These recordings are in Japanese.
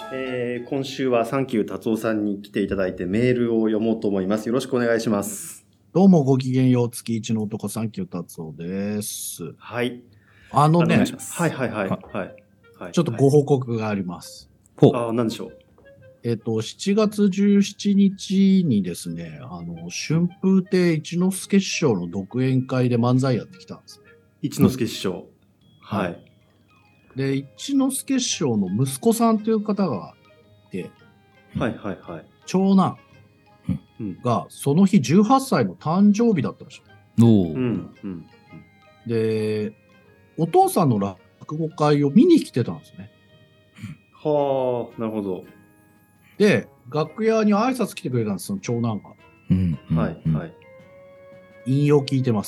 今週はサンキュー達夫さんに来ていただいてメールを読もうと思います。よろしくお願いします。 どうもごきげんよう、月一の男サンキュー達夫です。 はい。 お願いします。はいはいはいはい。 ちょっとご報告があります。 何でしょう。 7月17日にですね、春風亭一之輔師匠の独演会で漫才やってきたんですね。 一之輔師匠。はい。 で、一之輔師匠の息子さんという方がいて、 はいはいはい。 長男がその日18歳の誕生日だったらしい。で、お父さんの落語会を見に来てたんですね。 はあ、なるほど。 で、楽屋に挨拶来てくれたんです、その長男が。 はいはい。 引用聞いてます。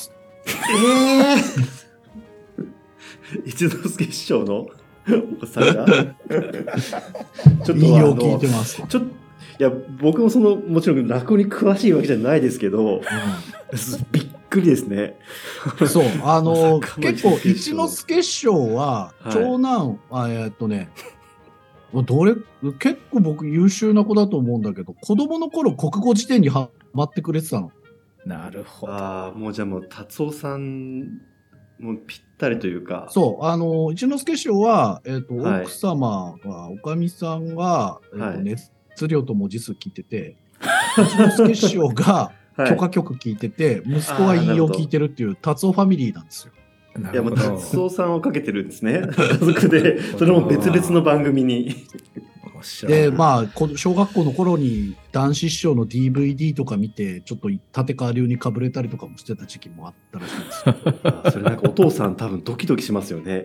一之輔師匠のお子さんがちょっと引用聞いてます。 いや、僕ももちろん落語に詳しいわけじゃないですけど、びっくりですね。 そう、結構一之輔師匠は、長男、結構僕優秀な子だと思うんだけど、子供の頃国語辞典にハマってくれてたの。 なるほど。 もうじゃあもう達夫さんもうぴったりというか。 そう、一之輔師匠は、奥様は、おかみさんが、熱量と文字数聞いてて、一之輔師匠が許可曲聞いてて、息子は引用聞いてるっていう達夫ファミリーなんですよ。 いや、もう達夫さんをかけてるんですね。家族で、それも別々の番組に。 で、まあ、小学校の頃に男子師匠の DVD とか見て、ちょっと立川流にかぶれたりとかもしてた時期もあったらしいです。 それなんかお父さん多分ドキドキしますよね。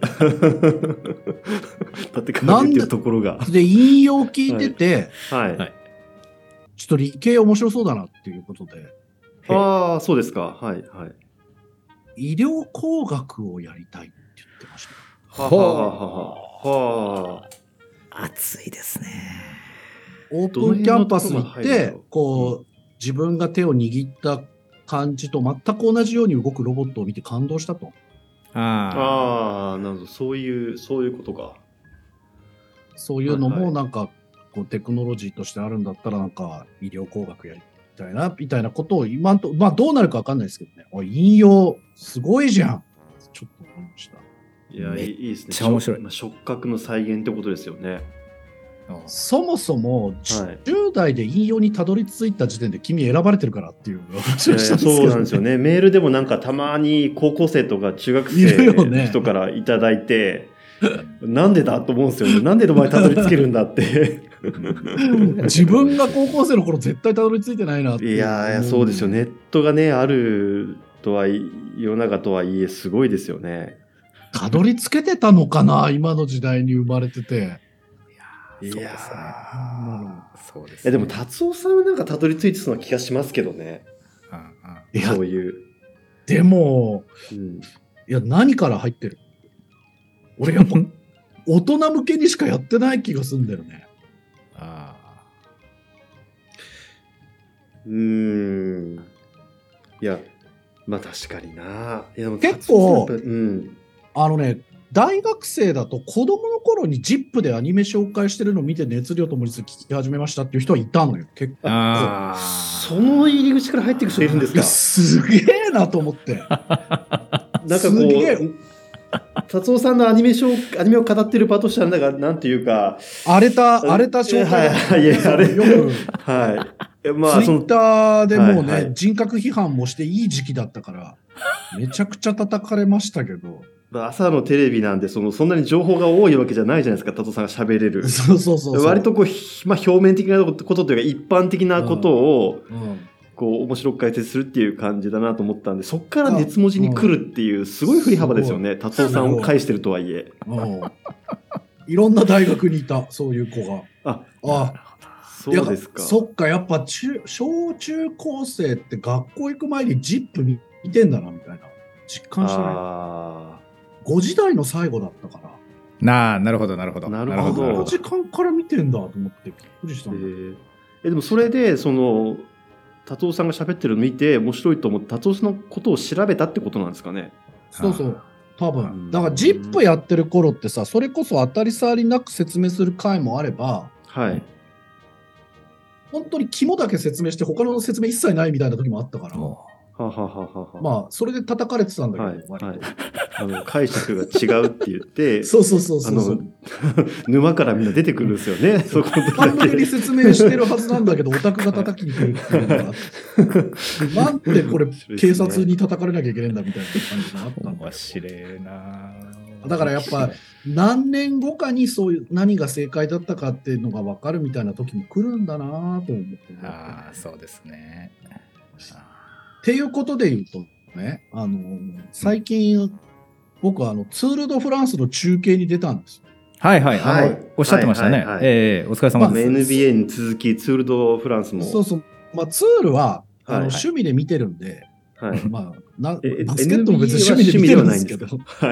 立川流っていうところが。 で、引用聞いてて、 はい。 ちょっと理系面白そうだなっていうことで。 ああ、そうですか。はいはい。 医療工学をやりたいって言ってました。 はあ。 熱いですね。 オープンキャンパス行って、自分が手を握った感じと全く同じように動くロボットを見て感動したと。 なるほど。そういうことか。 そういうのもなんか、テクノロジーとしてあるんだったら、なんか医療工学やりたいな、みたいなことをまあどうなるかわかんないですけどね。引用、すごいじゃん。ちょっと思いました。 いや、いいですね。 めっちゃ面白い。 触覚の再現ってことですよね。 そもそも10代で引用にたどり着いた時点で君選ばれてるからっていう話をしたんですけど、 そうなんですよね。メールでもなんかたまに高校生とか中学生の人からいただいて、なんでだと思うんですよね。なんでお前たどり着けるんだって。 自分が高校生の頃絶対たどり着いてないなって。 いやそうですよ。ネットがね、あるとは世の中とはいえすごいですよね。 たどり着けてたのかな、今の時代に生まれてて。 そうですね。そうですね。でも達夫さんはなんかたどり着いてそうな気がしますけどね。そういう。 でも、いや、何から入ってる？俺やっぱ大人向けにしかやってない気がするんだよね。 いや、まあ確かにな。いや結構、大学生だと子供の頃に ZIP でアニメ紹介してるのを見て熱量と文字数聞き始めましたっていう人はいたのよ。結構。 その入り口から入っていく人いるんですか？ すげえなと思って。 なんか達夫さんのアニメを語ってる場としてはなんていうか荒れた紹介はい。 まあ、ツイッターでもうね、人格批判もしていい時期だったからめちゃくちゃ叩かれましたけど。 朝のテレビなんでそんなに情報が多いわけじゃないじゃないですか。達夫さんが喋れる。 そう割と表面的なことというか一般的なことを、面白く解説するっていう感じだなと思ったんで、そっから熱文字に来るっていうすごい振り幅ですよね。達夫さんを介してるとはいえ。 いろんな大学にいた、そういう子が。 そうですか。 そっか、やっぱ小中高生って学校行く前に ZIP 見てんだなみたいな実感してない。5時台の最後だったから。 なるほど。 あの時間から見てんだと思ってびっくりしたんだ。 でもそれで達夫さんが喋ってるのを見て面白いと思って達夫さんのことを調べたってことなんですかね。 そう。 多分。だから、ジップやってる頃ってさ、それこそ当たり障りなく説明する回もあれば、 はい。 本当に肝だけ説明して、他の説明一切ないみたいな時もあったから。まあ、それで叩かれてたんだけど、割と。 解釈が違うって言って、 そう。 沼からみんな出てくるんですよね。そこ完璧に説明してるはずなんだけど、オタクが叩きに来るっていうのが、なんでこれ、警察に叩かれなきゃいけないんだみたいな感じがあったんだ。 面白いな。 だからやっぱ、何年後かにそういう、何が正解だったかっていうのが分かるみたいな時も来るんだなと思って。 ああ、そうですね。 っていうことで言うとね、最近、僕はツール・ド・フランスの中継に出たんです。 はい。おっしゃってましたね。お疲れ様です。 NBA に続き、ツール・ド・フランスも。 そう。ツールは、趣味で見てるんで、バスケットも別に趣味で見てるんですけど、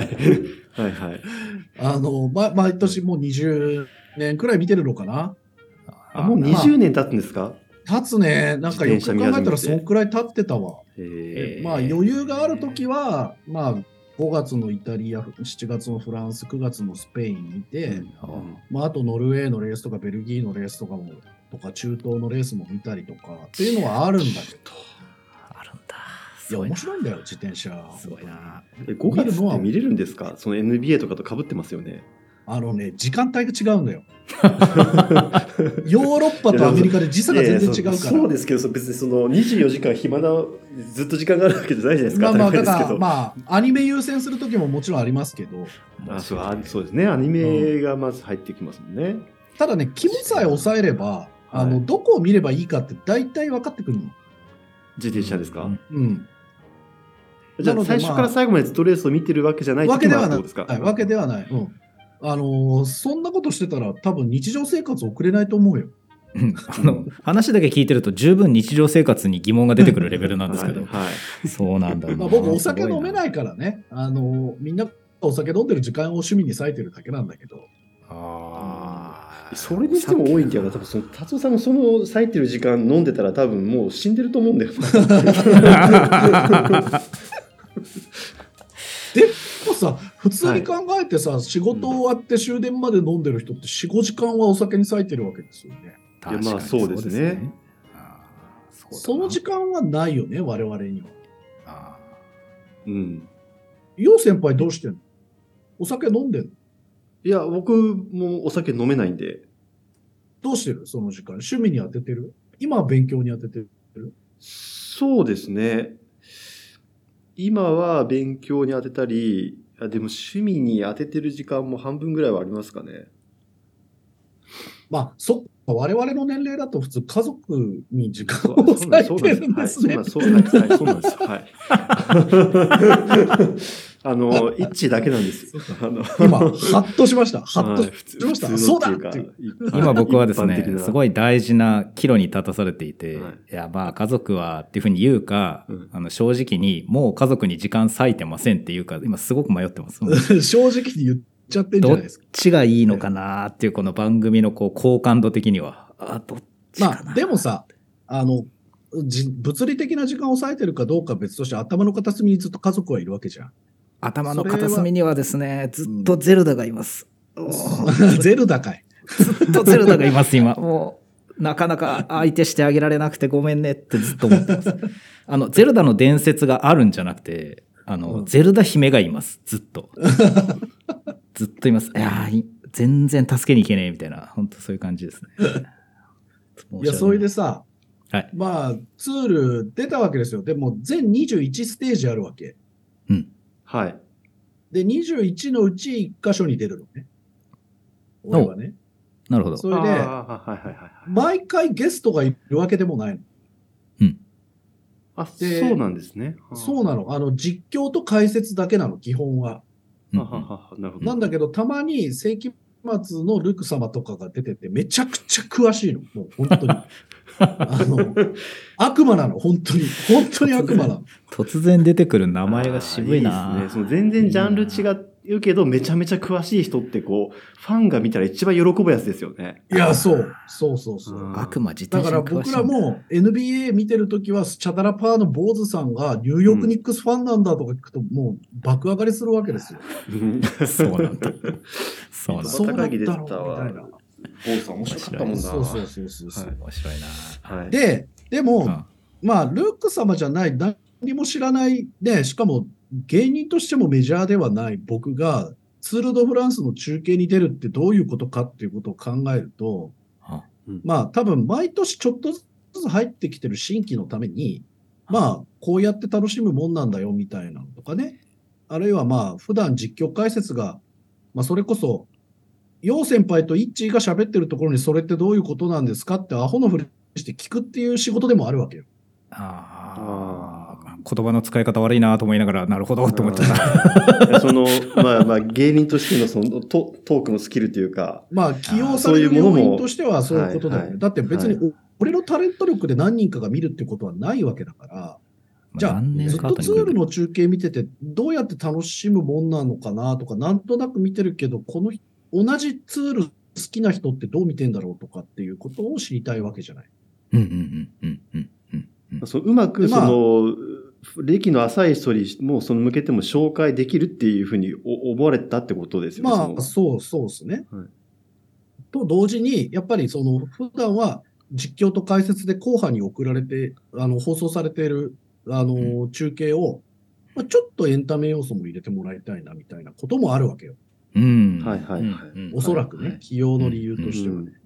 毎年もう20年くらい見てるのかな。 もう20年経つんですか？ 経つね。なんかよく考えたらそのくらい経ってたわ。余裕があるときは、5月のイタリア、7月のフランス、9月のスペイン見て、あとノルウェーのレースとかベルギーのレースとか中東のレースも見たりとかっていうのはあるんだけど。 あるんだ。 いや、面白いんだよ、自転車。 すごいな。 5月って見れるんですか？その NBA とかと被ってますよね。 時間帯が違うんだよ。ヨーロッパとアメリカで時差が全然違うから。 そうですけど、別にその24時間暇な、ずっと時間があるわけじゃないじゃないですか。 アニメ優先する時ももちろんありますけど。 そうですね。アニメがまず入ってきますもんね。 ただね、肝さえ抑えれば、どこを見ればいいかって大体分かってくるの。 自転車ですか？ じゃあ最初から最後までずっとレースを見てるわけじゃないわけではない。そんなことしてたら多分日常生活送れないと思うよ。 話だけ聞いてると十分日常生活に疑問が出てくるレベルなんですけど、そうなんだ。 僕お酒飲めないからね、みんなお酒飲んでる時間を趣味に割いてるだけなんだけど。 それにしても多いんだよな。多分達夫さんがその割いてる時間飲んでたら多分もう死んでると思うんだよでもさ、普通に考えてさ、仕事終わって終電まで飲んでる人って 4,5 時間はお酒に割いてるわけですよね。 いや、そうですね。 その時間はないよね、我々には。陽先輩どうしてんの？お酒飲んでんの？ いや、僕もお酒飲めないんで。 どうしてる？その時間。趣味に当ててる？今は勉強に当ててる？ そうですね。今は勉強に当てたり、でも趣味に当ててる時間も半分ぐらいはありますかね。 我々の年齢だと普通家族に時間を割いてるんですね。 そうなんですよ。一致だけなんですよ。 今、ハッとしました。そうだっていう。 今僕はですね、すごい大事な岐路に立たされていて、家族はっていうふうに言うか、正直にもう家族に時間割いてませんっていうか、今すごく迷ってます。 正直に言っちゃってんじゃないですか。 どっちがいいのかなっていうこの番組の好感度的には。どっちかな。 でもさ、物理的な時間を割いてるかどうか別として頭の片隅にずっと家族はいるわけじゃん。 頭の片隅にはですね、ずっとゼルダがいます。 ゼルダかい。 ずっとゼルダがいます、今。もう、なかなか相手してあげられなくてごめんねってずっと思ってます。ゼルダの伝説があるんじゃなくて、ゼルダ姫がいます、ずっと。ずっといます。全然助けに行けねえみたいな、本当そういう感じですね。 いや、それでさ、ツール出たわけですよ。でも、全21ステージあるわけ。 はい。 で、21のうち1箇所に出るのね。俺はね。 なるほど。 それで、毎回ゲストがいるわけでもないの。そうなんですね。 そうなの。実況と解説だけなの、基本は。なんだけど、たまに世紀末のルク様とかが出てて、めちゃくちゃ詳しいの。もう本当に。悪魔なの、本当に悪魔なの。 突然出てくる名前が渋いな。 いいですね。全然ジャンル違っ言うけどめちゃめちゃ詳しい人ってこうファンが見たら一番喜ぶやつですよね。 いや、そう。 悪魔自だから転車に詳しい僕らも NBA 見てるときは、チャダラパーの坊主さんがニューヨークニックスファンなんだとか聞くと、もう爆上がりするわけですよ。 そうなんだ。そうなんだ。 そうなんだろうみたいな。 坊主さん面白かったもんな。 そう。 面白いな。 はい。 でも、まあ、ルーク様じゃない、何も知らないで、しかも芸人としてもメジャーではない僕が、ツール・ド・フランスの中継に出るってどういうことかっていうことを考えると、まあ、多分毎年ちょっとずつ入ってきてる新規のために、まあ、こうやって楽しむもんなんだよみたいなのとかね。あるいはまあ、普段実況解説が、まあ、それこそ、楊先輩とイッチーが喋ってるところにそれってどういうことなんですかってアホのふりして聞くっていう仕事でもあるわけよ。 言葉の使い方悪いなと思いながら、なるほどって思っちゃった。 まあ芸人としてのそのトークのスキルというか。 まあ起用される要因としてはそういうことだよね。 はいだって別に俺のタレント力で何人かが見るってことはないわけだから、じゃあずっとツールの中継見ててどうやって楽しむもんなのかなとか、なんとなく見てるけど、この同じツール好きな人ってどう見てんだろうとかっていうことを知りたいわけじゃない。 うまくその、歴の浅い人にもその向けても紹介できるっていうふうに思われたってことですよね。 まあ、そうですね。はい、と同時に、やっぱりその普段は実況と解説で後半に送られて、放送されている、中継を、まあ、ちょっとエンタメ要素も入れてもらいたいなみたいなこともあるわけよ。おそらくね、起用の理由としてはね。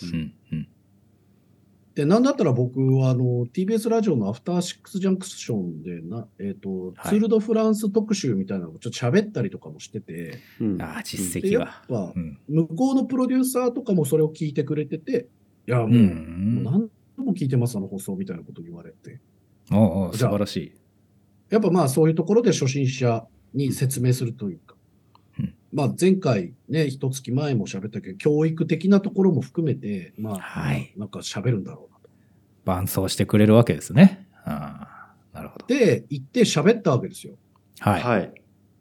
で、なんだったら僕はTBS ラジオのアフターシックスジャンクションでツール・ド・フランス特集みたいなのをちょっと喋ったりとかもしてて、 実績が。 やっぱ、向こうのプロデューサーとかもそれを聞いてくれてて、いや、もう何度も聞いてます、放送みたいなこと言われて。 素晴らしい。 やっぱまあそういうところで初心者に説明するというか、まあ前回ね、一月前も喋ったけど、教育的なところも含めて、まあ、なんか喋るんだろうなと。 伴走してくれるわけですね。なるほど。 で、行って喋ったわけですよ。 はい。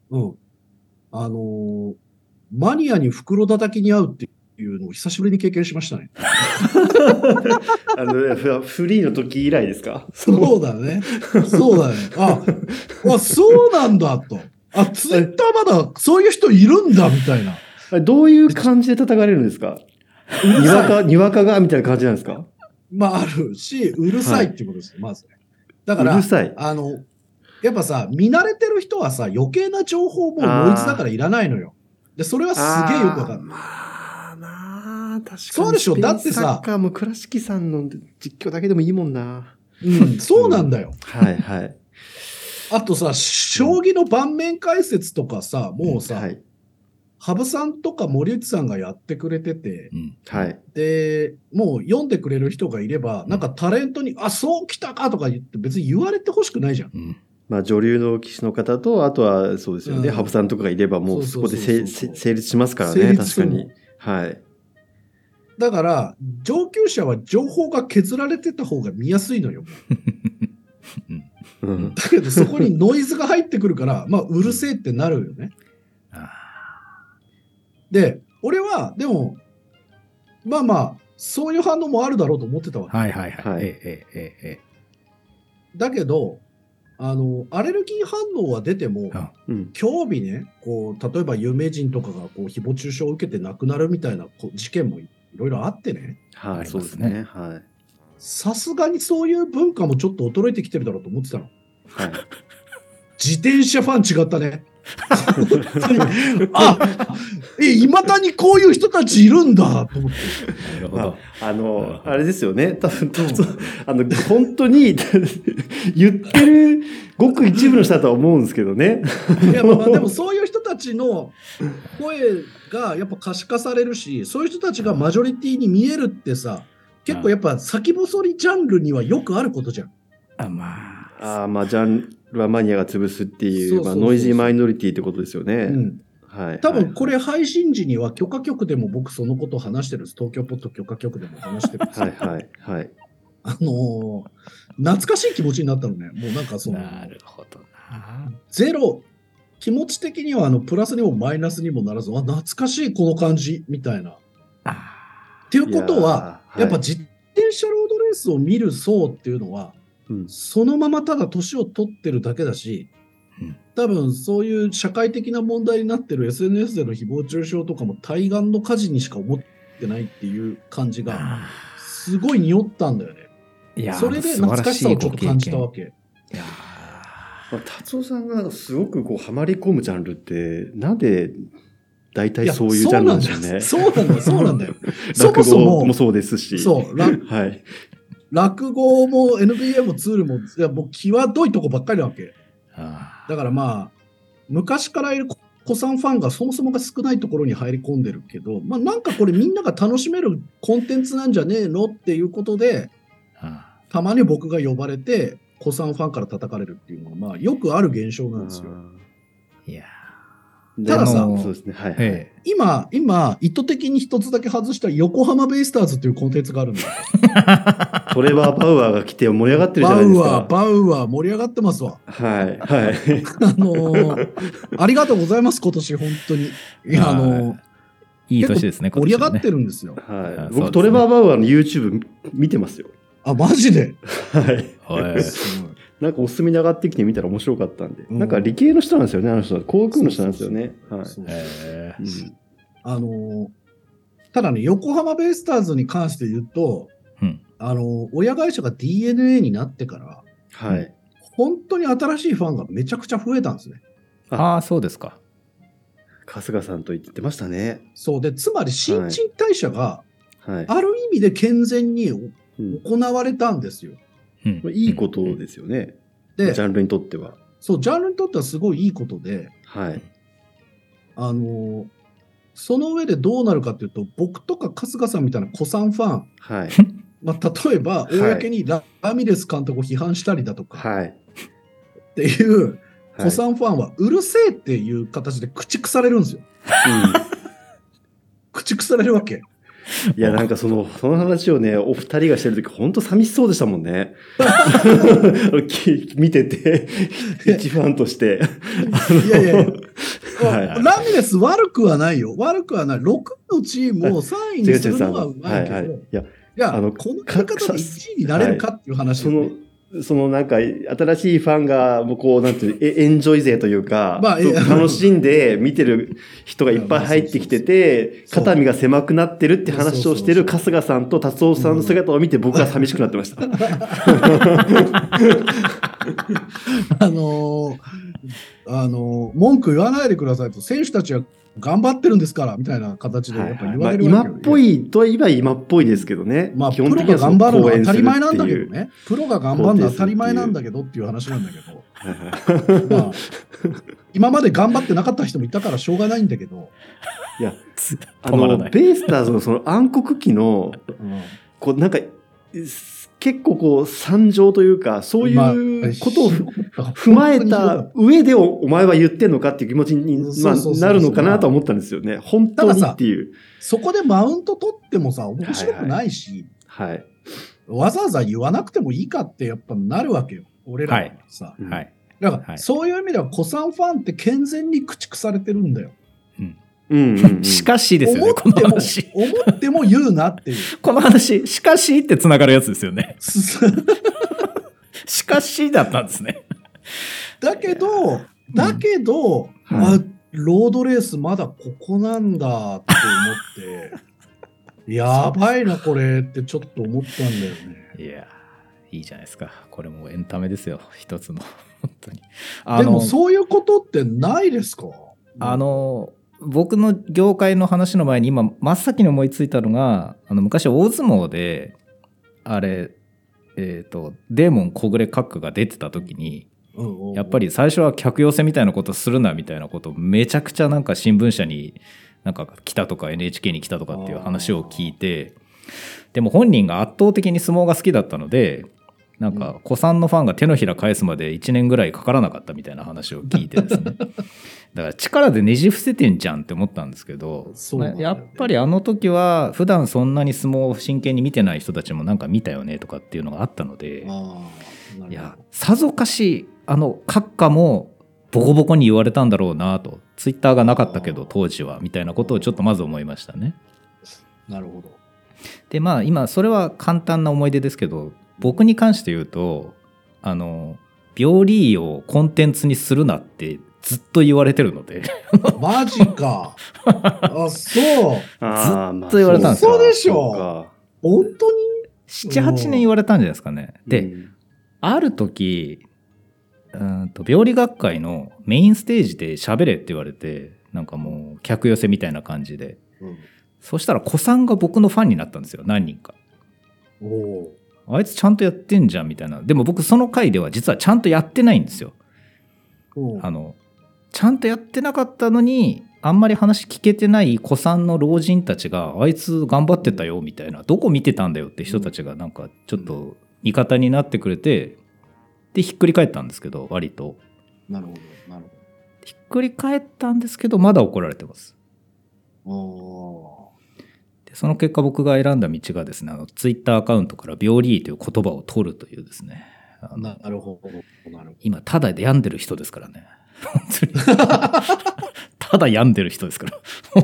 マニアに袋叩きに会うっていうのを久しぶりに経験しましたね。 フリーの時以来ですか？ そうだね。そうなんだと。ツイッターまだそういう人いるんだみたいな。 どういう感じで叩かれるんですか？にわかがみたいな感じなんですか？ まああるし、うるさいっていうことですね、まずね。だから、 うるさい。 やっぱさ、見慣れてる人はさ、余計な情報もノイズだからいらないのよ。で、それはすげえよくわかる。 まあなあ、確かに。 そうでしょ。だってさ、 サッカーも倉敷さんの実況だけでもいいもんな。 そうなんだよ。 はいはい。 あとさ、将棋の盤面解説とかさ、もうさ、羽生さんとか森内さんがやってくれてて、で、もう読んでくれる人がいれば、なんかタレントに、そうきたかとか言って別に言われてほしくないじゃん。 まあ女流の棋士の方と、あとはそうですよね、羽生さんとかがいればもうそこで成立しますからね、確かに。はい。 だから、上級者は情報が削られてた方が見やすいのよ。だけどそこにノイズが入ってくるから、まあうるせえってなるよね。で、俺は、でも、まあまあ、そういう反応もあるだろうと思ってたわけ。だけど、アレルギー反応は出ても、興味ね、こう、例えば有名人とかがこう誹謗中傷を受けて亡くなるみたいな事件もいろいろあってね。 はい、そうですね。はい。 さすがにそういう文化もちょっと衰えてきてるだろうと思ってたの。 はい。 自転車ファン違ったね。いまだにこういう人たちいるんだと思って。 なるほど。 あれですよね。多分本当に言ってるごく一部の人だとは思うんですけどね。 いや、まあでもそういう人たちの声がやっぱ可視化されるし、そういう人たちがマジョリティに見えるってさ、結構やっぱ先細りジャンルにはよくあることじゃん。 まあジャンルはマニアが潰すっていう、ノイジーマイノリティってことですよね。はい。 多分これ配信時には許可局でも僕そのことを話してるんです。東京ポッド許可局でも話してるんです。 はい。 懐かしい気持ちになったのね。もうなんかその、 なるほどな。 ゼロ気持ち的にはプラスにもマイナスにもならず、懐かしいこの感じみたいな。っていうことは、やっぱ自転車ロードレースを見る層っていうのは、そのままただ年を取ってるだけだし、多分そういう社会的な問題になってる SNS での誹謗中傷とかも対岸の火事にしか思ってないっていう感じがすごい匂ったんだよね。いや、それで懐かしさをちょっと感じたわけ。いや達夫さんがすごくこうハマり込むジャンルってなんで大体そういうジャンルなんでしょうね。 そうなんだよ。 落語もそうですし。 はい。落語も NBA もツールも、もう際どいとこばっかりなわけ。だからまあ、昔からいる子さんファンがそもそもが少ないところに入り込んでるけど、まあなんかこれみんなが楽しめるコンテンツなんじゃねえのっていうことで、たまに僕が呼ばれて、子さんファンから叩かれるっていうのは、まあよくある現象なんですよ。 いやたださ、そうですね、はいはい、 今、意図的に一つだけ外した横浜ベイスターズっていうコンテンツがあるんだよ。 トレバー・バウアーが来て盛り上がってるじゃないですか。 バウアー盛り上がってますわ。 はい、はい。 ありがとうございます、今年、本当に。 いい年ですね、 盛り上がってるんですよ。 はい。僕、トレバー・バウアーの YouTube 見てますよ。 あ、マジで？ はい。なんかおすすめに上がってきてみたら面白かったんで、なんか理系の人なんですよね、あの人は。航空の人なんですよね。 ただね、横浜ベイスターズに関して言うと、親会社が DNA になってから、 はい、 本当に新しいファンがめちゃくちゃ増えたんですね。 ああ、そうですか。 春日さんと言ってましたね。 そうで、つまり新陳代謝が、ある意味で健全に行われたんですよ。 いいことですよね。で、ジャンルにとっては。 そう、ジャンルにとってはすごいいいことで、 はい。 その上でどうなるかというと、僕とか春日さんみたいな古参ファン、 はい。 まあ、例えば、公にラミレス監督を批判したりだとか、 はい。 っていう古参ファンは、うるせえっていう形で駆逐されるんですよ。駆逐されるわけ。 いや、なんかその話をね、お二人がしてるとき、本当寂しそうでしたもんね。見てて、一ファンとして。 いや、ラミレス悪くはないよ。悪くはない。6のチームを3位にするのはうまいけど、いや、このやり方で1位になれるかっていう話、 そのなんか新しいファンがもうこうなんていうエンジョイ勢というか、楽しんで見てる人がいっぱい入ってきてて、肩身が狭くなってるって話をしてる春日さんと達夫さんの姿を見て僕は寂しくなってました。 文句言わないでくださいと、選手たちは頑張ってるんですからみたいな形でやっぱ言われるわけよ。 今っぽいといえば今っぽいですけどね。 まあ、プロが頑張るのは当たり前なんだけどね。プロが頑張るのは当たり前なんだけどっていう話なんだけど。まあ、今まで頑張ってなかった人もいたからしょうがないんだけど。 いや、ベイスターズのその暗黒期の、こうなんか、結構こう惨状というか、そういうことを踏まえた上でお前は言ってんのかっていう気持ちになるのかなと思ったんですよね。本当にっていう。 そこでマウント取ってもさ、面白くないし、わざわざ言わなくてもいいかってやっぱなるわけよ。俺らはさ。だから、そういう意味では古参ファンって健全に駆逐されてるんだよ。 しかしですよね、この話。 思っても言うなっていう。 この話、しかしってつながるやつですよね。しかしだったんですね。 だけど、ロードレースまだここなんだって思って、やばいなこれってちょっと思ったんだよね。 いや、いいじゃないですか。これもエンタメですよ、一つの。本当に。 でもそういうことってないですか？ 僕の業界の話の前に今真っ先に思いついたのが、昔大相撲であれデーモン小暮閣が出てた時に、やっぱり最初は客寄せみたいなことするなみたいなことめちゃくちゃなんか新聞社になんか来たとか NHK に来たとかっていう話を聞いて、でも本人が圧倒的に相撲が好きだったので、なんか古参のファンが手のひら返すまで1年ぐらいかからなかったみたいな話を聞いてですねだから力でねじ伏せてんじゃんって思ったんですけど、やっぱりあの時は普段そんなに相撲を真剣に見てない人たちもなんか見たよねとかっていうのがあったので、いやさぞかし閣下もボコボコに言われたんだろうなと、ツイッターがなかったけど当時はみたいなことをちょっとまず思いましたね。 なるほど。 でまあ今それは簡単な思い出ですけど、僕に関して言うと病理をコンテンツにするなってずっと言われてるのでマジか。あ、そう。 ずっと言われたんですよ。 嘘でしょ。本当に 7,8 年言われたんじゃないですかね。で、ある時病理学会のメインステージで喋れって言われて、なんかもう客寄せみたいな感じで、そしたら古参が僕のファンになったんですよ、何人か。あいつちゃんとやってんじゃんみたいな。でも僕その回では実はちゃんとやってないんですよ。ちゃんとやってなかったのに、あんまり話聞けてない古参の老人たちが、あいつ頑張ってたよみたいな、どこ見てたんだよって人たちがなんかちょっと味方になってくれて、でひっくり返ったんですけど、割と。 なるほどなるほど。 ひっくり返ったんですけど、まだ怒られてます。でその結果僕が選んだ道がですね、ツイッターアカウントから病理という言葉を取るというですね。 なるほど。 今ただで病んでる人ですからね。本当にただ病んでる人ですから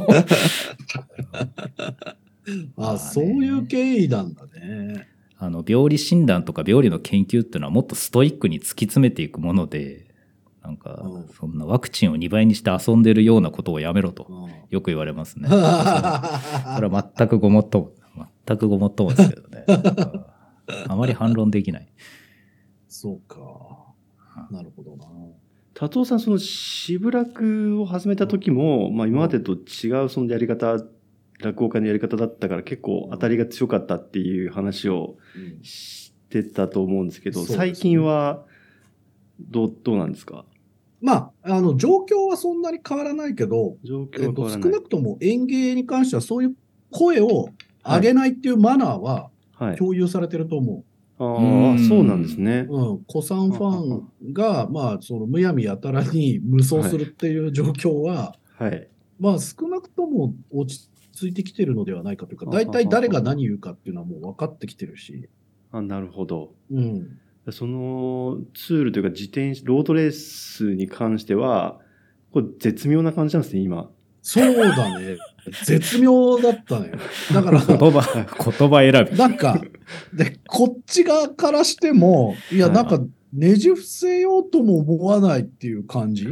あ、そういう経緯なんだね。 病理診断とか病理の研究っていうのはもっとストイックに突き詰めていくもので、なんかそんなワクチンを2倍にして遊んでるようなことをやめろとよく言われますね。それは全くごもっともですけどね。あまり反論できない。 そうか。なるほどな。 多藤さん、その渋楽を始めた時も、まあ、今までと違うそのやり方、落語家のやり方だったから結構当たりが強かったっていう話をしてたと思うんですけど、最近はどうなんですか？ まあ、状況はそんなに変わらないけど、少なくとも演芸に関してはそういう声を上げないっていうマナーは共有されてると思う。 ああ、そうなんですね。 古参ファンが、まあ、そのむやみやたらに無双するっていう状況は、まあ、少なくとも落ち着いてきてるのではないかというか、大体誰が何言うかっていうのはもう分かってきてるし。 なるほど。そのツールというかロードレースに関しては、これ絶妙な感じなんですね、今。 そうだね。絶妙だったね。だから言葉選び。 なんか、で、こっち側からしても、いや、なんか、ねじ伏せようとも思わないっていう感じ。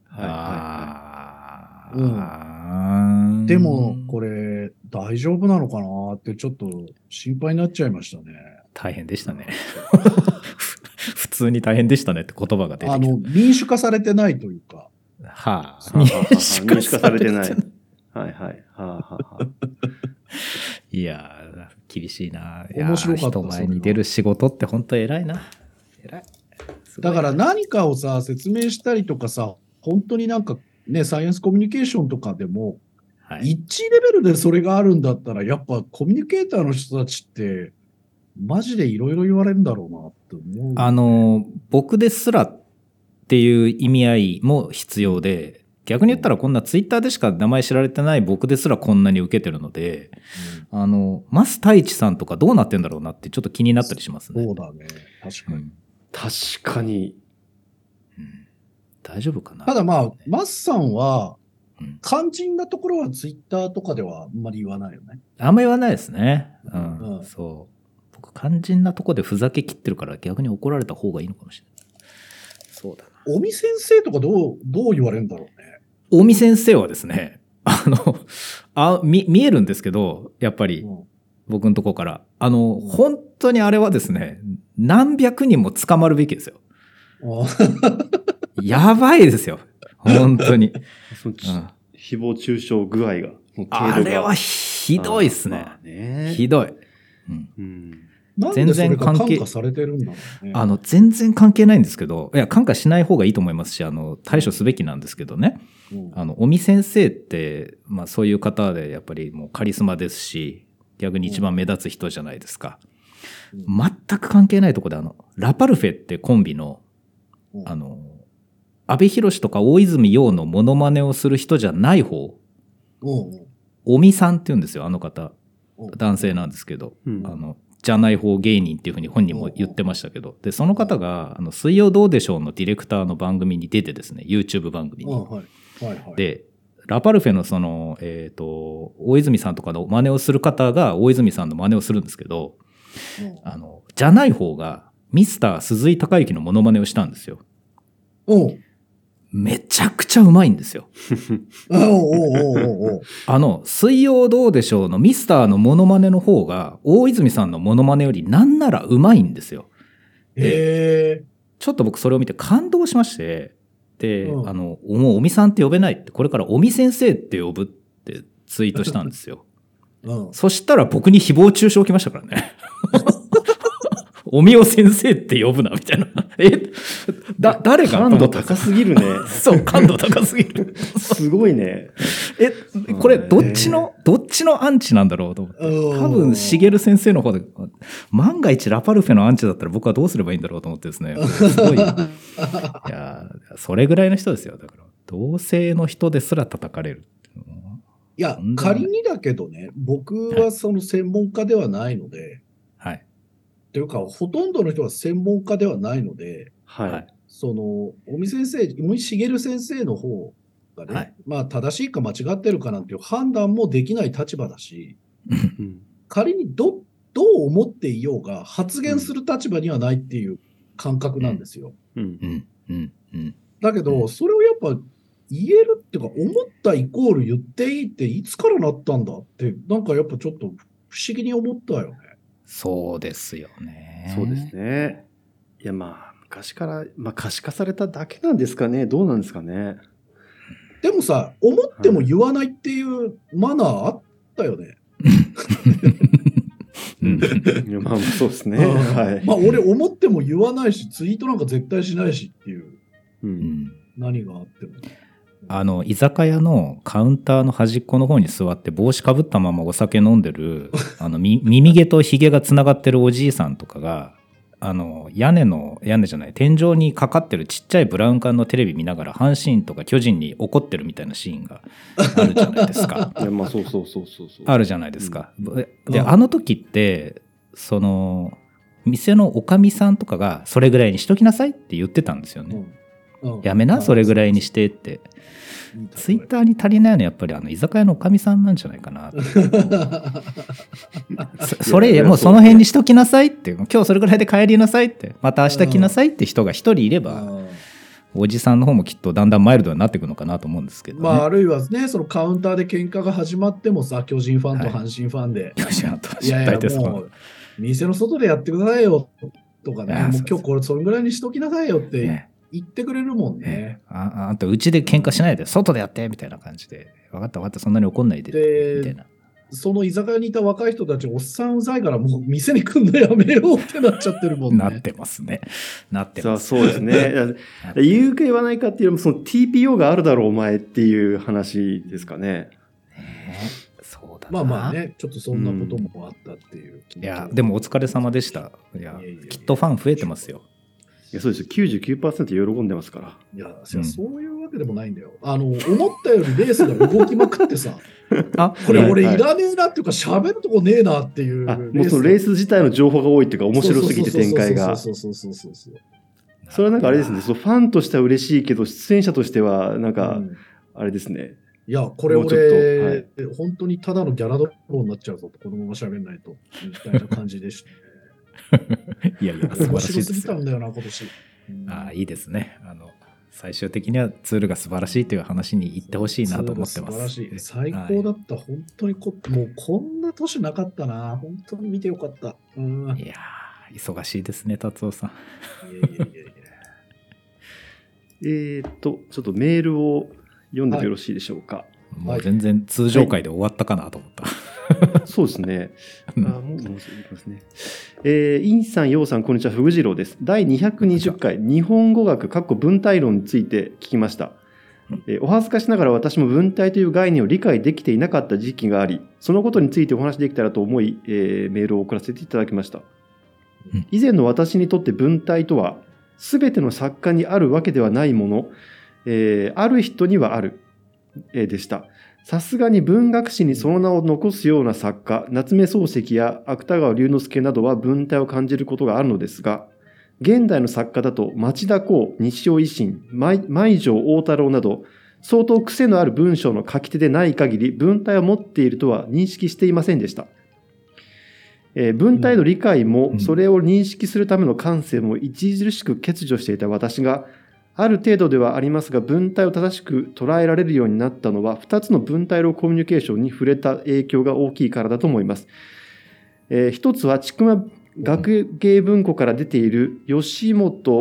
でも、これ、大丈夫なのかなってちょっと心配になっちゃいましたね。 大変でしたね。普通に大変でしたねって言葉が出てきた。 民主化されてないというか。 民主化されてない。 いやー、厳しいな。 面白かった。 人前に出る仕事って本当偉いな。偉い。 だから何かをさ、説明したりとかさ、本当になんかね、サイエンスコミュニケーションとかでも、1レベルでそれがあるんだったら、やっぱコミュニケーターの人たちって、マジでいろいろ言われるんだろうなって思う、 僕ですらっていう意味合いも必要で、逆に言ったらこんなツイッターでしか名前知られてない僕ですらこんなに受けてるので、増太一さんとかどうなってんだろうなってちょっと気になったりしますね。 そうだね。確かに。 確かに。 大丈夫かな。 ただまあ、増さんは、肝心なところはツイッターとかではあんまり言わないよね。 あんまり言わないですね。そう。僕、肝心なとこでふざけ切ってるから逆に怒られた方がいいのかもしれない。そうだな。 尾身先生とかどう言われるんだろうね。 尾身先生はですね、見えるんですけど、やっぱり、僕のとこから。本当にあれはですね、何百人も捕まるべきですよ。やばいですよ。本当に。 誹謗中傷具合が。 あれはひどいですね。ひどい。 全然感化されてるんだろうね。 全然関係ないんですけど、いや、感化しない方がいいと思いますし、対処すべきなんですけどね。尾身先生って、まあそういう方でやっぱりもうカリスマですし、逆に一番目立つ人じゃないですか。全く関係ないところで、ラパルフェってコンビの、阿部寛とか大泉洋のモノマネをする人じゃない方、尾身さんって言うんですよ、あの方。男性なんですけど、 じゃない方芸人っていうふうに本人も言ってましたけど、でその方が水曜どうでしょうのディレクターの番組に出てですね、 YouTube 番組に、でラパルフェのその、大泉さんとかの真似をする方が大泉さんの真似をするんですけど、じゃない方がミスター鈴井貴之のモノマネをしたんですよ。めちゃくちゃうまいんですよ。水曜どうでしょうのミスターのモノマネの方が大泉さんのモノマネよりなんならうまいんですよ。でちょっと僕それを見て感動しまして、で、もう尾身さんって呼べないって、これから尾身先生って呼ぶってツイートしたんですよ。そしたら僕に誹謗中傷来ましたからね。おみお先生って呼ぶなみたいな。誰が感度高すぎるね。 そう、感度高すぎる。 すごいね。 これどっちのアンチなんだろうと思って。多分、茂先生の方で、万が一ラパルフェのアンチだったら僕はどうすればいいんだろうと思ってですね。すごい。いや、それぐらいの人ですよ。だから、同性の人ですら叩かれる。 いや、仮にだけどね、僕はその専門家ではないので、 はい。 というか、ほとんどの人は専門家ではないので、 はい。 その、尾身先生、尾身茂先生の方がね、はい、まあ、正しいか間違ってるかなんていう判断もできない立場だし、仮にどう思っていようが発言する立場にはないっていう感覚なんですよ。だけど、それをやっぱ言えるっていうか、思ったイコール言っていいっていつからなったんだって、なんかやっぱちょっと不思議に思ったよね。 そうですよね。 そうですね。いや、まあ、昔から、可視化されただけなんですかね。どうなんですかね。 でもさ、思っても言わないっていうマナーあったよね。 まあ、そうですね。はい。 まあ、俺思っても言わないし、ツイートなんか絶対しないしっていう。何があっても。 居酒屋のカウンターの端っこの方に座って帽子かぶったままお酒飲んでる耳毛とひげがつながってるおじいさんとかが屋根じゃない天井にかかってるちっちゃいブラウン管のテレビ見ながら阪神とか巨人に怒ってるみたいなシーンがあるじゃないですか。 いや、まあ、そうあるじゃないですか。で、あの時ってその店のおかみさんとかがそれぐらいにしときなさいって言ってたんですよね。やめなそれぐらいにしてって。ツイッターに足りないのはやっぱり居酒屋のおかみさんなんじゃないかなそれもうその辺にしときなさいって今日それぐらいで帰りなさいってまた明日来なさいって人が一人いればおじさんの方もきっとだんだんマイルドになっていくのかなと思うんですけど、ね、 まああるいはねそのカウンターで喧嘩が始まってもさ巨人ファンと阪神ファンで、 巨人ファンといやいやもう店の外でやってくださいよとかねもう今日これそれぐらいにしときなさいよって、言ってくれるもんね。 あんたうちで喧嘩しないで外でやってみたいな感じで分かったそんなに怒んないでみたいな。 その居酒屋にいた若い人たちおっさんうざいからもう店に来んのやめようってなっちゃってるもんね。 なってますね。 そうですね。言うか言わないかっていうよりもその TPO があるだろうお前っていう話ですかね。 そうだな。まあねちょっとそんなこともあったっていう。 いやでもお疲れ様でした。いやきっとファン増えてますよ。 いやそうですよ 99% 喜んでますから。 いや、そういうわけでもないんだよ。思ったよりレースが動きまくってさこれ俺いらねえなっていうか喋るとこねえなっていうもうそのレース自体の情報が多いっていうか面白すぎて展開がそれはなんかあれですねそのファンとしては嬉しいけど出演者としてはなんかあれですね、 いやこれ俺、本当にただのギャラ泥棒になっちゃうぞとこのまま喋んないとみたいな感じでしたねいや素晴らしいですよ。面白すぎたんだよな今年。 いいですね。最終的にはツールが素晴らしいという話に行ってほしいなと思ってます。素晴らしい。最高だった。本当にもうこんな年なかったな。本当に見てよかった。 いや忙しいですね達夫さん。 ちょっとメールを読んでもよろしいでしょうか。 もう全然通常回で終わったかなと思った。 そうですね。もうすぐいきますね。インさん、ヨウさん、こんにちは。ふぐじろうです。第220回日本語学文体論について聞きました。お恥ずかしながら私も文体という概念を理解できていなかった時期があり、そのことについてお話できたらと思い、メールを送らせていただきました。以前の私にとって文体とは、すべての作家にあるわけではないもの、ある人にはある、でした。 さすがに文学史にその名を残すような作家、夏目漱石や芥川龍之介などは文体を感じることがあるのですが、現代の作家だと町田公、西尾維新、舞城大太郎など、相当癖のある文章の書き手でない限り文体を持っているとは認識していませんでした。文体の理解もそれを認識するための感性も著しく欠如していた私が、ある程度ではありますが文体を正しく捉えられるようになったのは2つの文体論コミュニケーションに触れた影響が大きいからだと思います。一つは千曲学芸文庫から出ている遠藤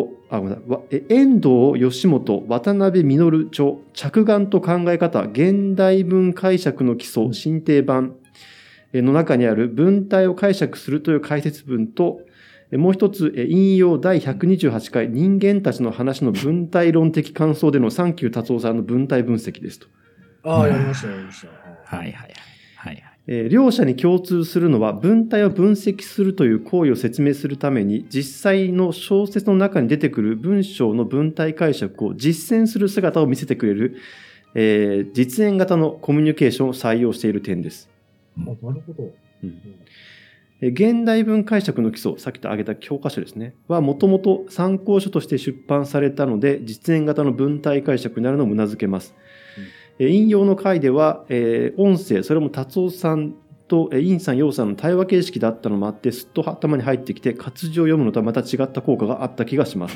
義元渡辺実著着眼と考え方現代文解釈の基礎新訂版の中にある文体を解釈するという解説文と、もう一つ引用第128回人間たちの話の文体論的感想でのサンキュー達夫さんの文体分析ですと。 ああ、やりました。 はいはいはい。 両者に共通するのは文体を分析するという行為を説明するために実際の小説の中に出てくる文章の文体解釈を実践する姿を見せてくれる、実演型のコミュニケーションを採用している点です。 なるほど。 現代文解釈の基礎、さっきと挙げた教科書ですね、はもともと参考書として出版されたので、実演型の文体解釈になるのを頷けます。引用の回では、音声、それも達夫さんと尹さん、楊さんの対話形式だったのもあって、すっと頭に入ってきて、活字を読むのとはまた違った効果があった気がします。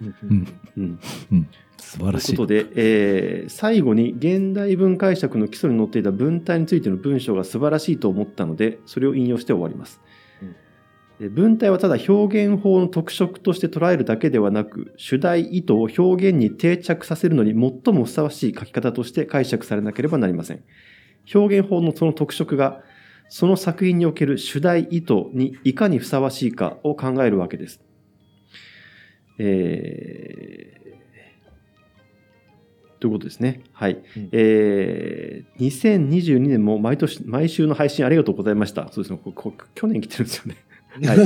素晴らしい。 ということで、最後に現代文解釈の基礎に載っていた文体についての文章が素晴らしいと思ったので、それを引用して終わります。文体はただ表現法の特色として捉えるだけではなく、主題意図を表現に定着させるのに最もふさわしい書き方として解釈されなければなりません。表現法のその特色が、その作品における主題意図にいかにふさわしいかを考えるわけです。ということですね。はい。2022年も毎週の配信ありがとうございました。そうですね。去年来てるんですよね。はい、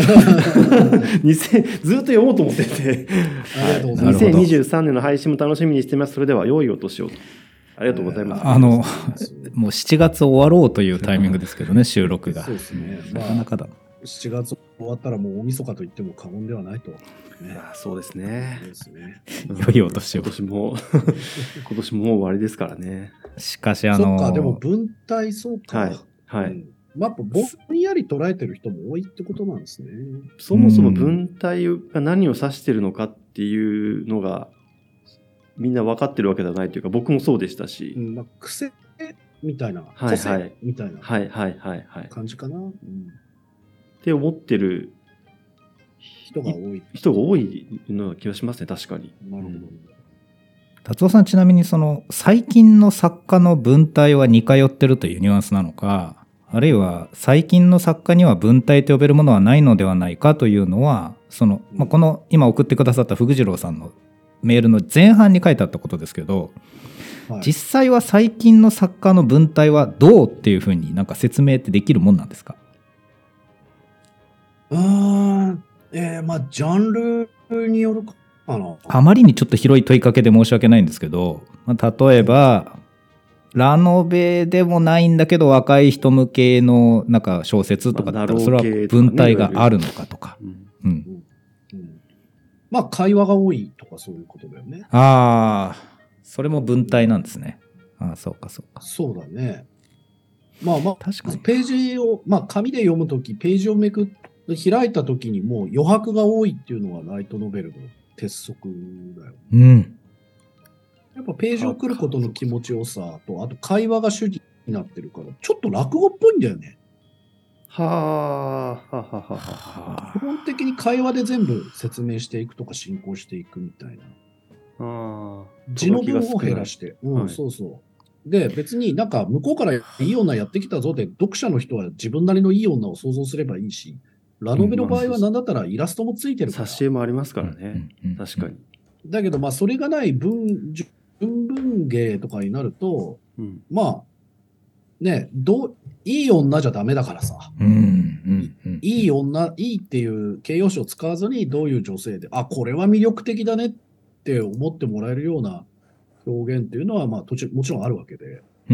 ずっと読もうと思ってて、2023年の配信も楽しみにしています。それでは良いお年をと。ありがとうございます。 もう7月終わろうというタイミングですけどね、収録が。 そうですね。 なかなかだ。 7月終わったらもう大晦日と言っても過言ではないと。 そうですね。 良いお年を。 今年ももう終わりですからね。 しかしそっか、でも文体そうか。 はい。 やっぱぼんやり捉えてる人も多いってことなんですね。 そもそも文体が何を指してるのかっていうのがみんな分かってるわけではないというか、僕もそうでしたし。 癖みたいな、個性みたいな感じかな。 って思ってる人が多いような気がしますね、確かに。 なるほど。 達夫さん、ちなみに最近の作家の文体は似通ってるというニュアンスなのか、あるいは最近の作家には文体と呼べるものはないのではないかというのは、この今送ってくださった福次郎さんのメールの前半に書いてあったことですけど、実際は最近の作家の文体はどうっていうふうになんか説明ってできるもんなんですか？ ジャンルによるかな。 あまりにちょっと広い問いかけで申し訳ないんですけど、例えばラノベでもないんだけど若い人向けのなんか小説とかだったらそれは文体があるのかとか。 会話が多いとかそういうことだよね。 それも文体なんですね。そうか。 そうだね。 確かにページを、紙で読むとき、ページを開いたときにもう余白が多いっていうのがライトノベルの鉄則だよ。やっぱページを送ることの気持ちよさと、あと会話が主になってるから、ちょっと落語っぽいんだよね。基本的に会話で全部説明していくとか進行していくみたいな。字の分を減らして。そうそう。で、別になんか向こうからいい女やってきたぞで、読者の人は自分なりのいい女を想像すればいいし、ラノベの場合は何だったらイラストもついてるから。 挿絵もありますからね。確かに。 だけど、それがない純文芸とかになると、いい女じゃダメだからさ。いい女、いいっていう形容詞を使わずに、どういう女性で、これは魅力的だねって思ってもらえるような表現っていうのは、もちろんあるわけで。 うん。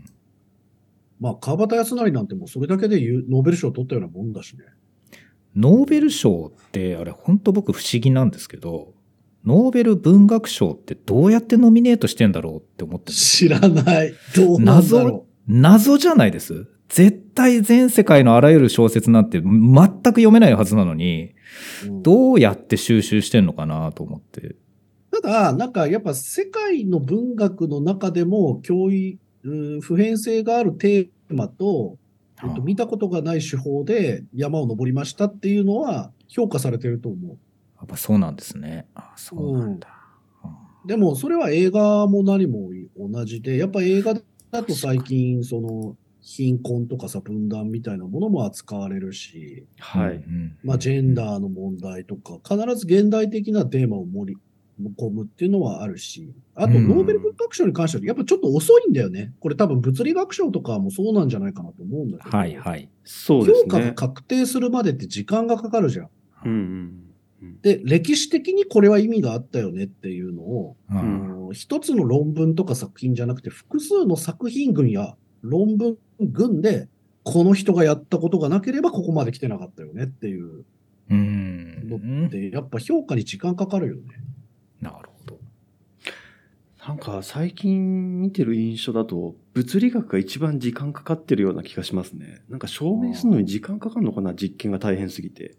まあ、川端康成なんてもうそれだけでノーベル賞を取ったようなもんだしね。 ノーベル賞ってあれ本当僕不思議なんですけど、ノーベル文学賞ってどうやってノミネートしてんだろうって思ってるんです知らない。どうなんだろ謎じゃないです。絶対全世界のあらゆる小説なんて全く読めないはずなのに、どうやって収集してんのかなと思って。 ただ、なんかやっぱ世界の文学の中でも普遍性があるテーマと、見たことがない手法で山を登りましたっていうのは評価されてると思う。 やっぱそうなんですね。そうなんだ。 でもそれは映画も何も同じで、やっぱ映画だと最近その貧困とかさ、分断みたいなものも扱われるし、 はい。 まあジェンダーの問題とか、必ず現代的なテーマを盛り込むっていうのはあるし、あとノーベル文学賞に関してはやっぱちょっと遅いんだよね。これ多分物理学賞とかもそうなんじゃないかなと思うんだけど、 はいはい。 そうですね。 評価が確定するまでって時間がかかるじゃん。 うんうんで、歴史的にこれは意味があったよねっていうのを、一つの論文とか作品じゃなくて、複数の作品群や論文群で、この人がやったことがなければここまで来てなかったよねっていうのって、やっぱ評価に時間かかるよね。 なるほど。 なんか最近見てる印象だと、物理学が一番時間かかってるような気がしますね。なんか証明するのに時間かかるのかな、実験が大変すぎて。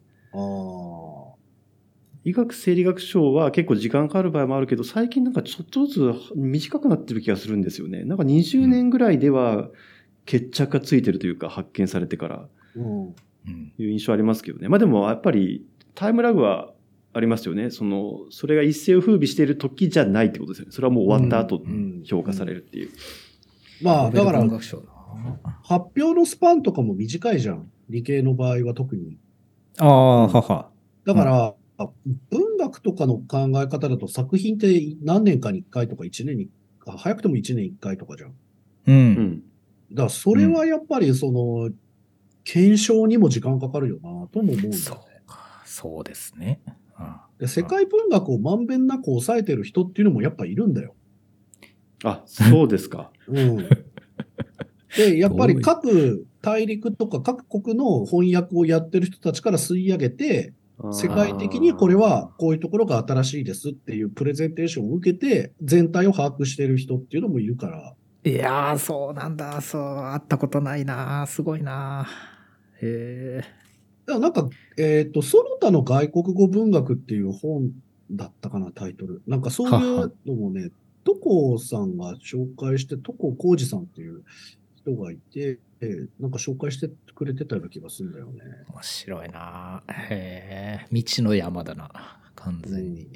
医学生理学賞は結構時間かかる場合もあるけど、最近なんかちょっとずつ短くなってる気がするんですよね。なんか20年ぐらいでは決着がついてるというか、発見されてからいう印象ありますけどね。まあでもやっぱりタイムラグはありますよね。それが一世を風靡している時じゃないってことですよね。それはもう終わった後評価されるっていう。 まあだから発表のスパンとかも短いじゃん。理系の場合は特に。だから、文学とかの考え方だと作品って何年かに1回とか1年に、早くても1年1回とかじゃん。だからそれはやっぱり検証にも時間かかるよなとも思うんだよね。 そうですね。 で世界文学をまんべんなく抑えてる人っていうのもやっぱいるんだよ。 あ、そうですか。 で、やっぱり各大陸とか各国の翻訳をやってる人たちから吸い上げて、世界的にこれはこういうところが新しいですっていうプレゼンテーションを受けて全体を把握してる人っていうのもいるから。 いやー、そうなんだ。会ったことないな。すごいな。へえ。 なんか、その他の外国語文学っていう本だったかな、タイトル。なんかそういうのもね、床さんが紹介して、床浩二さんっていう人がいて、なんか紹介してくれてたような気がするんだよね。 面白いな。へえ。未知の山だな。完全に。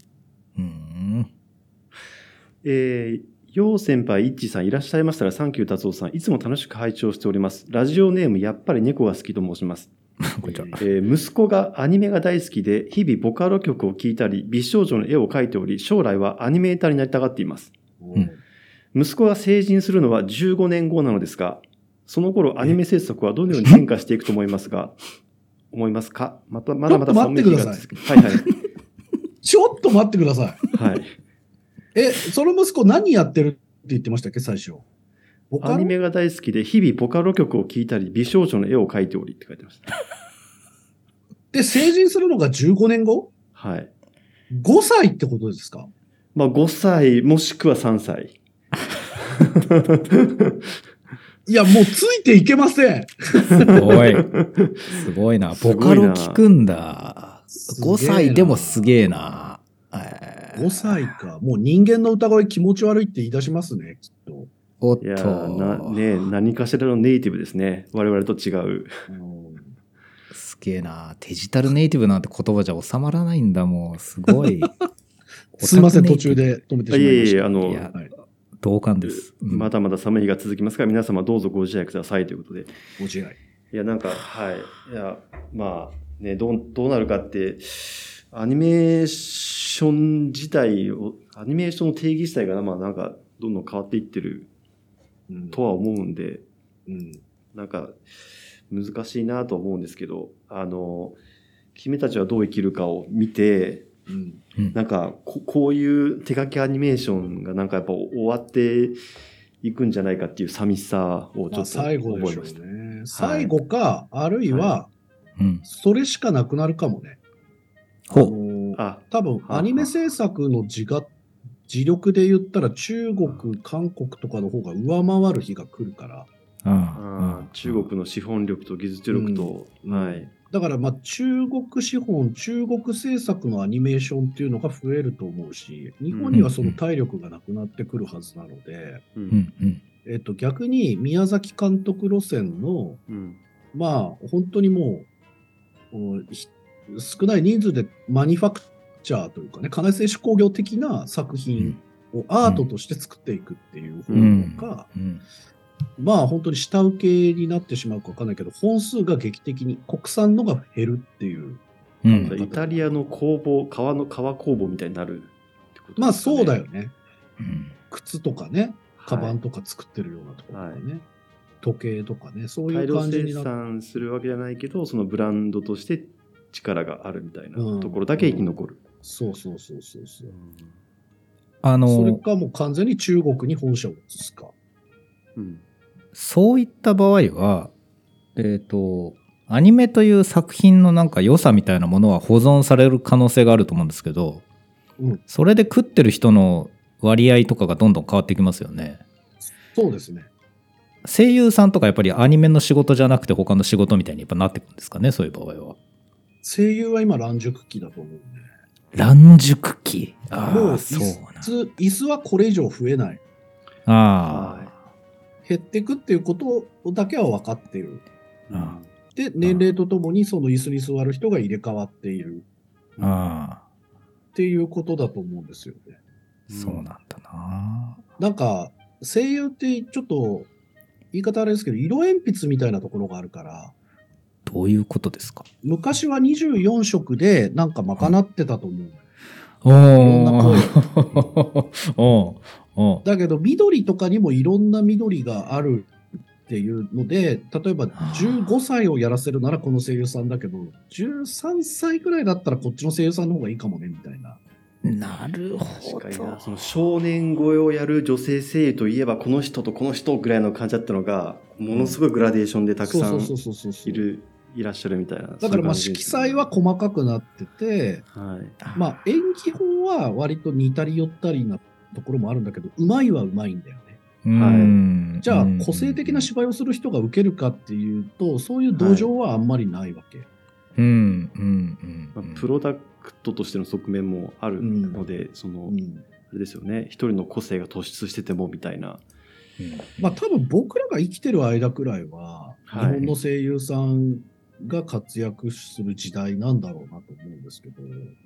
よう先輩、いっちさんいらっしゃいましたら、サンキュー達夫さん、いつも楽しく拝聴しております。ラジオネーム、やっぱり猫が好きと申します。息子がアニメが大好きで、日々ボカロ曲を聴いたり、美少女の絵を描いており、将来はアニメーターになりたがっています。息子が成人するのは15年後なのですが、その頃アニメ制作はどのように変化していくと思いますかまだまだ寒い日が続く。はいはい。 ちょっと待ってください。 はい。 その息子何やってるって言ってましたっけ、最初。 アニメが大好きで、日々ボカロ曲を聴いたり、美少女の絵を描いておりって書いてました。 で、成人するのが15年後？ はい。 5歳ってことですか？ まあ5歳、もしくは3歳。 いや、もうついていけません。 すごい。すごいな。ボカロ聞くんだ。5歳でもすげえな。 5歳か。もう人間の歌声気持ち悪いって言い出しますね、きっと。 おっと。 いや何かしらのネイティブですね。我々と違う。 すげえな。デジタルネイティブなんて言葉じゃ収まらないんだもん。すごい。 すいません、途中で止めてしまいました。 同感です。 まだまだ寒い日が続きますから、皆様どうぞご自愛くださいということで。 ご自愛。 いや、なんか、はい。いや、まあ、ね、どうなるかって、アニメーション自体を、アニメーションの定義自体が、まあ、なんか、どんどん変わっていってるとは思うんで、なんか、難しいなと思うんですけど、君たちはどう生きるかを見て、なんかこういう手書きアニメーションがなんかやっぱ終わっていくんじゃないかっていう寂しさをちょっと最後でしょ覚えました。 うね。最後か、あるいは、 うん。 それしかなくなるかもね。 ほう。 多分アニメ制作の自力で言ったら中国、韓国とかの方が上回る日が来るから。 中国の資本力と技術力と、はい。 だから中国資本、中国制作のアニメーションっていうのが増えると思うし、日本にはその体力がなくなってくるはずなので、逆に宮崎監督路線の、本当にもう少ない人数でマニファクチャーというかね、金井製紙工業的な作品をアートとして作っていくっていう方法が、本当に下請けになってしまうか分かんないけど、本数が劇的に国産のが減るっていう。 イタリアの工房、革工房みたいになるってことですかね。 そうだよね。靴とかね、カバンとか作ってるようなところとかね、時計とかね、そういう感じになる。 大量生産するわけじゃないけど、そのブランドとして力があるみたいなところだけ生き残る。 そう。それかもう完全に中国に本社を移すか。 そういった場合は、アニメという作品のなんか良さみたいなものは保存される可能性があると思うんですけど、それで食ってる人の割合とかがどんどん変わってきますよね。 そうですね。 声優さんとかやっぱりアニメの仕事じゃなくて他の仕事みたいにやっぱなってくるんですかね、そういう場合は。 声優は今乱熟期だと思うね。 乱熟期。 もう椅子はこれ以上増えない。減っていくっていうことだけは分かっている。で、年齢とともにその椅子に座る人が入れ替わっている。っていうことだと思うんですよね。 そうなんだな。 なんか、声優ってちょっと言い方あれですけど、色鉛筆みたいなところがあるから。 どういうことですか？ 昔は24色でなんか賄ってたと思う。 いろんな声。だけど緑とかにもいろんな緑があるっていうので、例えば15歳をやらせるならこの声優さんだけど、13歳くらいだったらこっちの声優さんの方がいいかもねみたいな。 なるほど。 その少年声をやる女性声優といえばこの人とこの人ぐらいの感じだったのが、ものすごいグラデーションでたくさんいらっしゃるみたいな。 だから色彩は細かくなってて、演技法は割と似たり寄ったりなところもあるんだけど、うまいはうまいんだよね。じゃあ個性的な芝居をする人が受けるかっていうと、そういう土壌はあんまりないわけ。 プロダクトとしての側面もあるので、あれですよね、一人の個性が突出しててもみたいな。 多分僕らが生きてる間くらいは、日本の声優さんが活躍する時代なんだろうなと思うんですけど、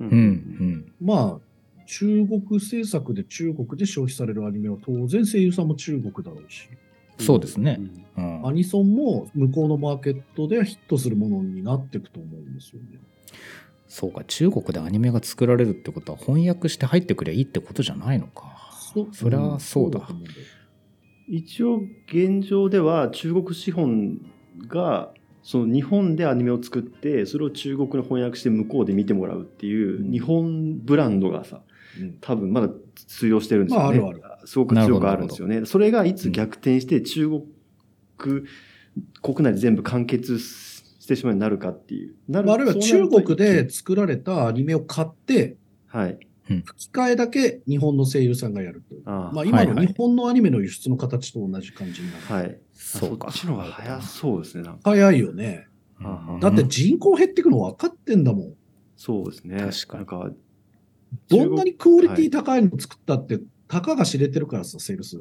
中国制作で中国で消費されるアニメは当然声優さんも中国だろうし、 そうですね、 アニソンも向こうのマーケットでヒットするものになっていくと思うんですよね。 そうか、中国でアニメが作られるってことは翻訳して入ってくればいいってことじゃないのか。そりゃそうだ。 一応現状では中国資本がその日本でアニメを作ってそれを中国に翻訳して向こうで見てもらうっていう日本ブランドがさ、多分まだ通用してるんですよね。すごく強くあるんですよね。それがいつ逆転して中国国内で全部完結してしまうようになるかっていう。 あるいは中国で作られたアニメを買って、吹き替えだけ日本の声優さんがやるという。今の日本のアニメの輸出の形と同じ感じになる。 そっちの方が早そうですね。 早いよね。だって人口減っていくの分かってんだもん。 そうですね。 確かに。 どんなにクオリティ高いの作ったって、たかが知れてるからさ、セールス。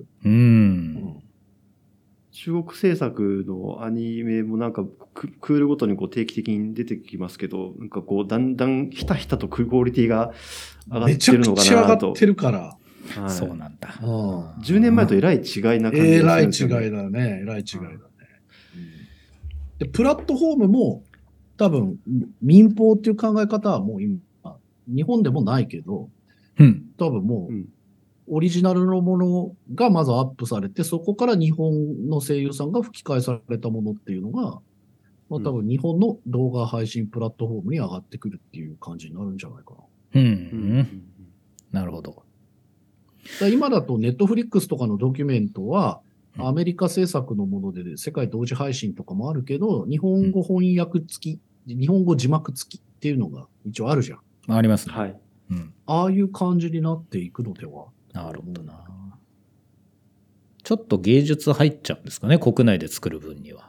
中国制作のアニメもなんかクールごとにこう定期的に出てきますけど、なんかこうだんだんひたひたとクオリティが上がってるのかなと。めちゃくちゃ上がってるから。 そうなんだ。 10年前とえらい違いな感じがするんですよね。 えらい違いだね。えらい違いだね。で、プラットフォームも多分民放っていう考え方はもう今、日本でもないけど、多分もう、オリジナルのものがまずアップされて、そこから日本の声優さんが吹き替えされたものっていうのが、多分日本の動画配信プラットフォームに上がってくるっていう感じになるんじゃないかな。 なるほど。 今だとネットフリックスとかのドキュメントは、アメリカ制作のもので、世界同時配信とかもあるけど、日本語翻訳付き、日本語字幕付きっていうのが一応あるじゃん。 ありますね。 はい。 ああいう感じになっていくのでは。 なるほどな。ちょっと芸術入っちゃうんですかね、国内で作る分には。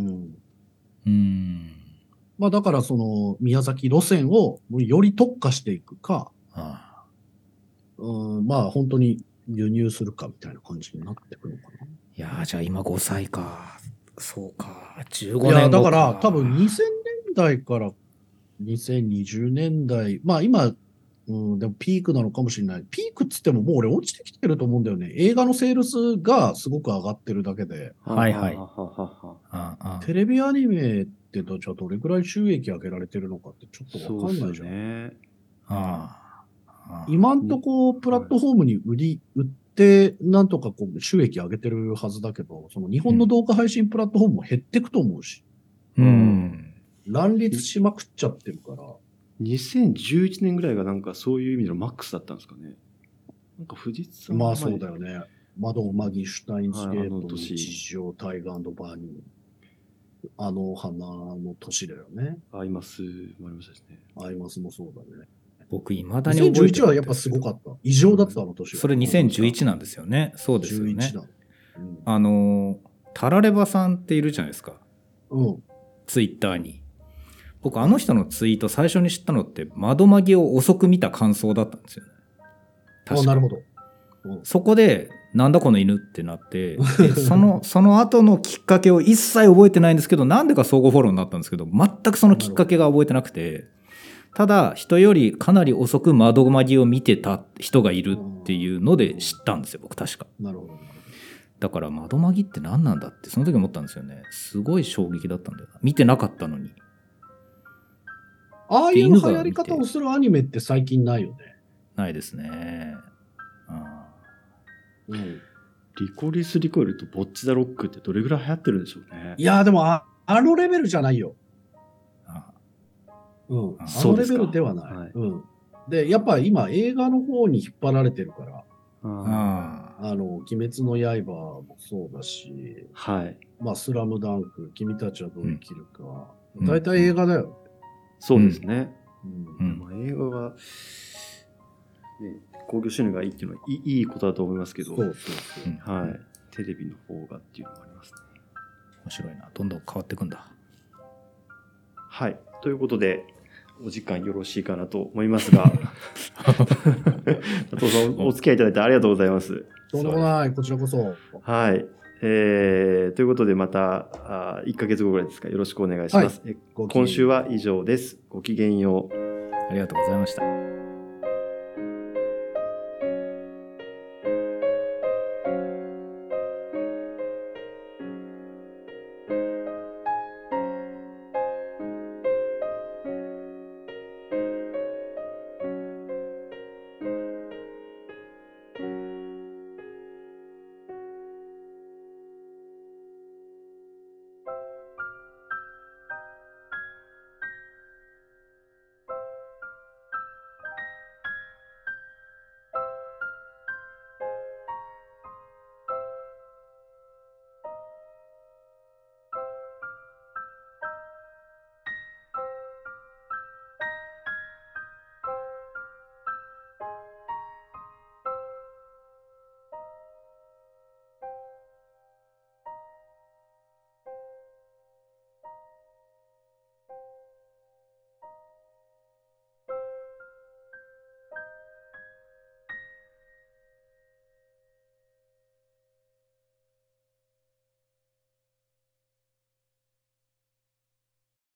まあだからその宮崎路線をより特化していくか、まあ本当に輸入するかみたいな感じになってくるのかな。 いやー、じゃあ今5歳か。そうか。15年後か。 いや、だから多分2000年代から2020年代、まあ今、でもピークなのかもしれない。ピークっつってももう俺落ちてきてると思うんだよね。映画のセールスがすごく上がってるだけで。 はいはい。 テレビアニメってじゃあどれくらい収益上げられてるのかってちょっとわかんないじゃん。 ね、 今んとこプラットフォームに売ってなんとかこう収益上げてるはずだけど、その日本の動画配信プラットフォームも減ってくと思うし。乱立しまくっちゃってるから。 2011年ぐらいがなんかそういう意味でのマックスだったんですかね。なんか藤津さんまあそうだよね。マドマギシュタインスゲート、日常、タイガー&バーニー。花の年だよね。 アイマスもありましたしね。 アイマスもそうだね。 僕、未だに覚えてる。 2011はやっぱすごかった。異常だった、あの年は。 それ2011なんですよね。そうですよね。タラレバさんっているじゃないですか。ツイッターに。僕、あの人のツイート最初に知ったのって、窓マギを遅く見た感想だったんですよね。 なるほど。 そこで、なんだこの犬ってなって、でその後のきっかけを一切覚えてないんですけど、なんでか相互フォローになったんですけど、全くそのきっかけが覚えてなくて、ただ、人よりかなり遅く窓マギを見てた人がいるっていうので知ったんですよ、僕確か。 なるほど。 だから窓マギって何なんだってその時思ったんですよね。すごい衝撃だったんだよな。見てなかったのに。 ああいう流行り方をするアニメって最近ないよね。 ないですね。 リコリス・リコイルとボッチ・ザ・ロックってどれぐらい流行ってるんでしょうね。 いやでもあのレベルじゃないよ。あのレベルではない。で、やっぱ今映画の方に引っ張られてるから。鬼滅の刃もそうだし、まあスラムダンク、君たちはどう生きるか。大体映画だよ。 そうですね。映画が、興行収入がいいっていうのはいいことだと思いますけど、テレビの方がっていうのもありますね。 面白いな。どんどん変わっていくんだ。 はい。ということで、お時間よろしいかなと思いますが、佐藤さんお付き合いいただいてありがとうございます。 とんでもない、こちらこそ。 はい。ということで、また1ヶ月後ぐらいですか、よろしくお願いします。今週は以上です。ごきげんよう。 ありがとうございました。